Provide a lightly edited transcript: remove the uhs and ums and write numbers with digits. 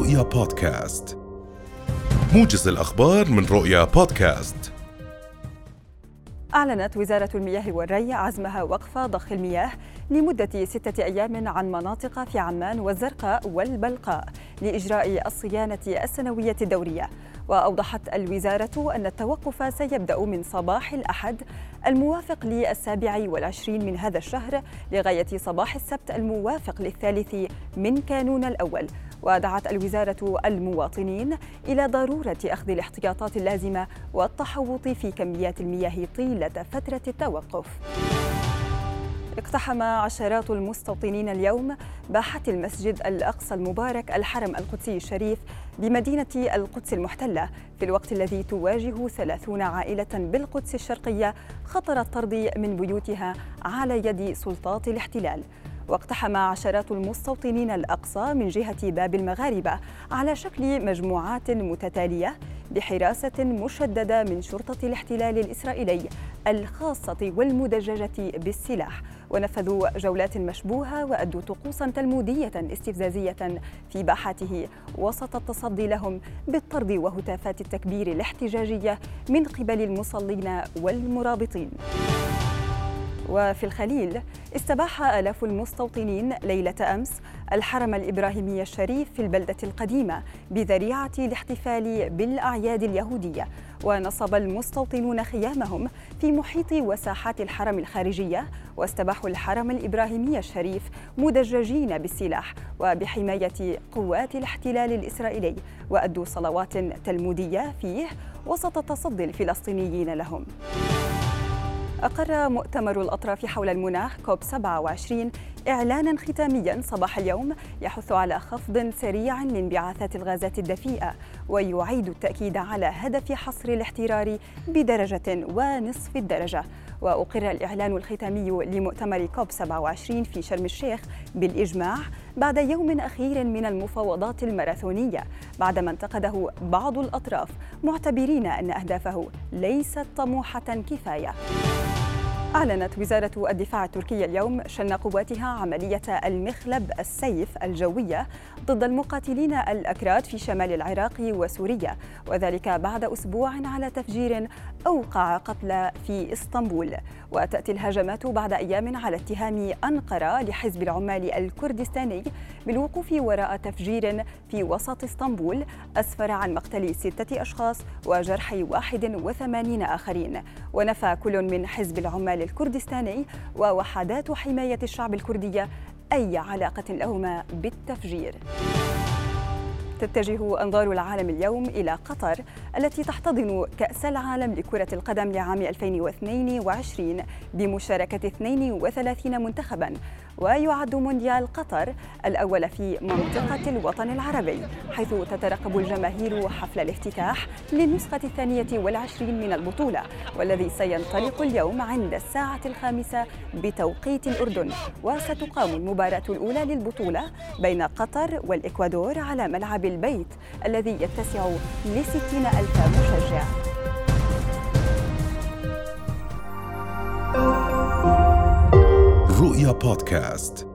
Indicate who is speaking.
Speaker 1: رؤيا بودكاست، موجز الأخبار من رؤيا بودكاست.
Speaker 2: أعلنت وزارة المياه والري عزمها وقف ضخ المياه لمدة 6 أيام عن مناطق في عمان والزرقاء والبلقاء لإجراء الصيانة السنوية الدورية. وأوضحت الوزارة أن التوقف سيبدأ من صباح الأحد الموافق 27 من هذا الشهر لغاية صباح السبت الموافق 3 من كانون الأول. ودعت الوزارة المواطنين إلى ضرورة أخذ الاحتياطات اللازمة والتحوط في كميات المياه طيلة فترة التوقف. اقتحم عشرات المستوطنين اليوم باحة المسجد الأقصى المبارك الحرم القدسي الشريف بمدينة القدس المحتلة، في الوقت الذي تواجه 30 عائلة بالقدس الشرقية خطر الطرد من بيوتها على يد سلطات الاحتلال. واقتحم عشرات المستوطنين الأقصى من جهة باب المغاربة على شكل مجموعات متتالية بحراسة مشددة من شرطة الاحتلال الإسرائيلي الخاصة والمدججة بالسلاح، ونفذوا جولات مشبوهة وأدوا طقوسا تلمودية استفزازية في باحته وسط التصدي لهم بالطرد وهتافات التكبير الاحتجاجية من قبل المصلين والمرابطين. وفي الخليل استباح آلاف المستوطنين ليلة أمس الحرم الإبراهيمي الشريف في البلدة القديمة بذريعة الاحتفال بالأعياد اليهودية، ونصب المستوطنون خيامهم في محيط وساحات الحرم الخارجية، واستباحوا الحرم الإبراهيمي الشريف مدججين بالسلاح وبحماية قوات الاحتلال الإسرائيلي، وأدوا صلوات تلمودية فيه وسط تصدي الفلسطينيين لهم. أقر مؤتمر الأطراف حول المناخ كوب 27 إعلاناً ختامياً صباح اليوم يحث على خفض سريع لانبعاثات الغازات الدفيئة، ويعيد التأكيد على هدف حصر الاحترار ب1.5 درجة. وأقر الإعلان الختامي لمؤتمر كوب 27 في شرم الشيخ بالإجماع بعد يوم أخير من المفاوضات الماراثونية، بعدما انتقده بعض الأطراف معتبرين أن أهدافه ليست طموحة كفاية. أعلنت وزارة الدفاع التركية اليوم شن قواتها عملية المخلب السيف الجوية ضد المقاتلين الأكراد في شمال العراق وسوريا، وذلك بعد أسبوع على تفجير أوقع قتلى في إسطنبول. وتأتي الهجمات بعد أيام على اتهام أنقرة لحزب العمال الكردستاني بالوقوف وراء تفجير في وسط إسطنبول أسفر عن مقتل 6 أشخاص وجرح 81 آخرين. ونفى كل من حزب العمال الكردستاني ووحدات حماية الشعب الكردية أي علاقة لهما بالتفجير. تتجه أنظار العالم اليوم إلى قطر التي تحتضن كأس العالم لكرة القدم لعام 2022 بمشاركة 32 منتخباً، ويعد مونديال قطر الأول في منطقة الوطن العربي، حيث تترقب الجماهير حفل الافتتاح للنسخة 22 من البطولة، والذي سينطلق اليوم عند 5 بتوقيت الأردن. وستقام المباراة الأولى للبطولة بين قطر والإكوادور على ملعب البيت الذي يتسع ل60,000 مشجع.
Speaker 1: رؤيا بودكاست.